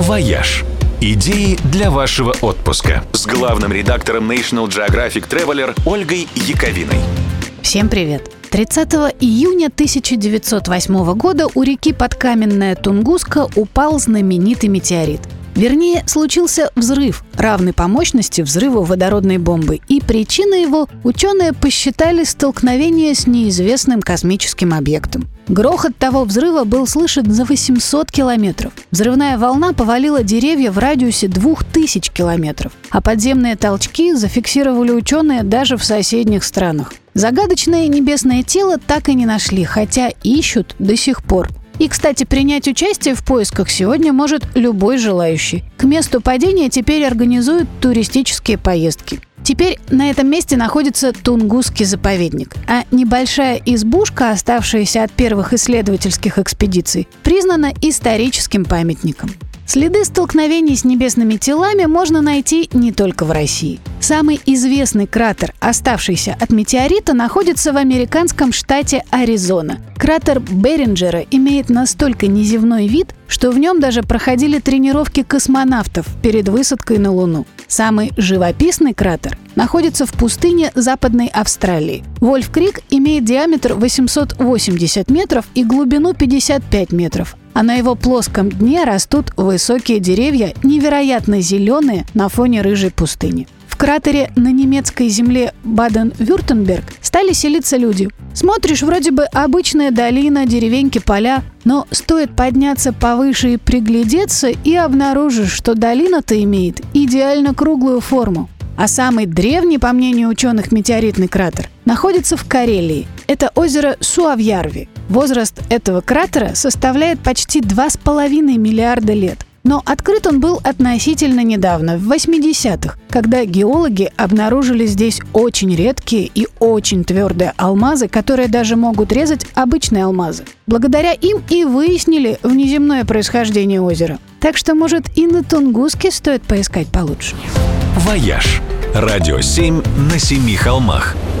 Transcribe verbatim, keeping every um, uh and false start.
«Вояж». Идеи для вашего отпуска с главным редактором National Geographic Traveler Ольгой Яковиной. Всем привет! тридцатого июня тысяча девятьсот восьмого года у реки Подкаменная Тунгуска упал знаменитый метеорит. Вернее, случился взрыв, равный по мощности взрыву водородной бомбы, и причиной его ученые посчитали столкновение с неизвестным космическим объектом. Грохот того взрыва был слышен за восемьсот километров. Взрывная волна повалила деревья в радиусе двух тысяч километров, а подземные толчки зафиксировали ученые даже в соседних странах. Загадочное небесное тело так и не нашли, хотя ищут до сих пор. И, кстати, принять участие в поисках сегодня может любой желающий. К месту падения теперь организуют туристические поездки. Теперь на этом месте находится Тунгусский заповедник, а небольшая избушка, оставшаяся от первых исследовательских экспедиций, признана историческим памятником. Следы столкновений с небесными телами можно найти не только в России. Самый известный кратер, оставшийся от метеорита, находится в американском штате Аризона. Кратер Беринджера имеет настолько неземной вид, что в нем даже проходили тренировки космонавтов перед высадкой на Луну. Самый живописный кратер находится в пустыне Западной Австралии. Вольф-Крик имеет диаметр восемьсот восемьдесят метров и глубину пятьдесят пять метров, а на его плоском дне растут высокие деревья, невероятно зеленые на фоне рыжей пустыни. В кратере на немецкой земле Баден-Вюртемберг стали селиться люди. Смотришь, вроде бы обычная долина, деревеньки, поля, но стоит подняться повыше и приглядеться, и обнаружишь, что долина-то имеет идеально круглую форму. А самый древний, по мнению ученых, метеоритный кратер находится в Карелии. Это озеро Суавьярви. Возраст этого кратера составляет почти два с половиной миллиарда лет. Но открыт он был относительно недавно, в восьмидесятых, когда геологи обнаружили здесь очень редкие и очень твердые алмазы, которые даже могут резать обычные алмазы. Благодаря им и выяснили внеземное происхождение озера. Так что, может, и на Тунгуске стоит поискать получше. «Вояж». Радио семь на семи холмах.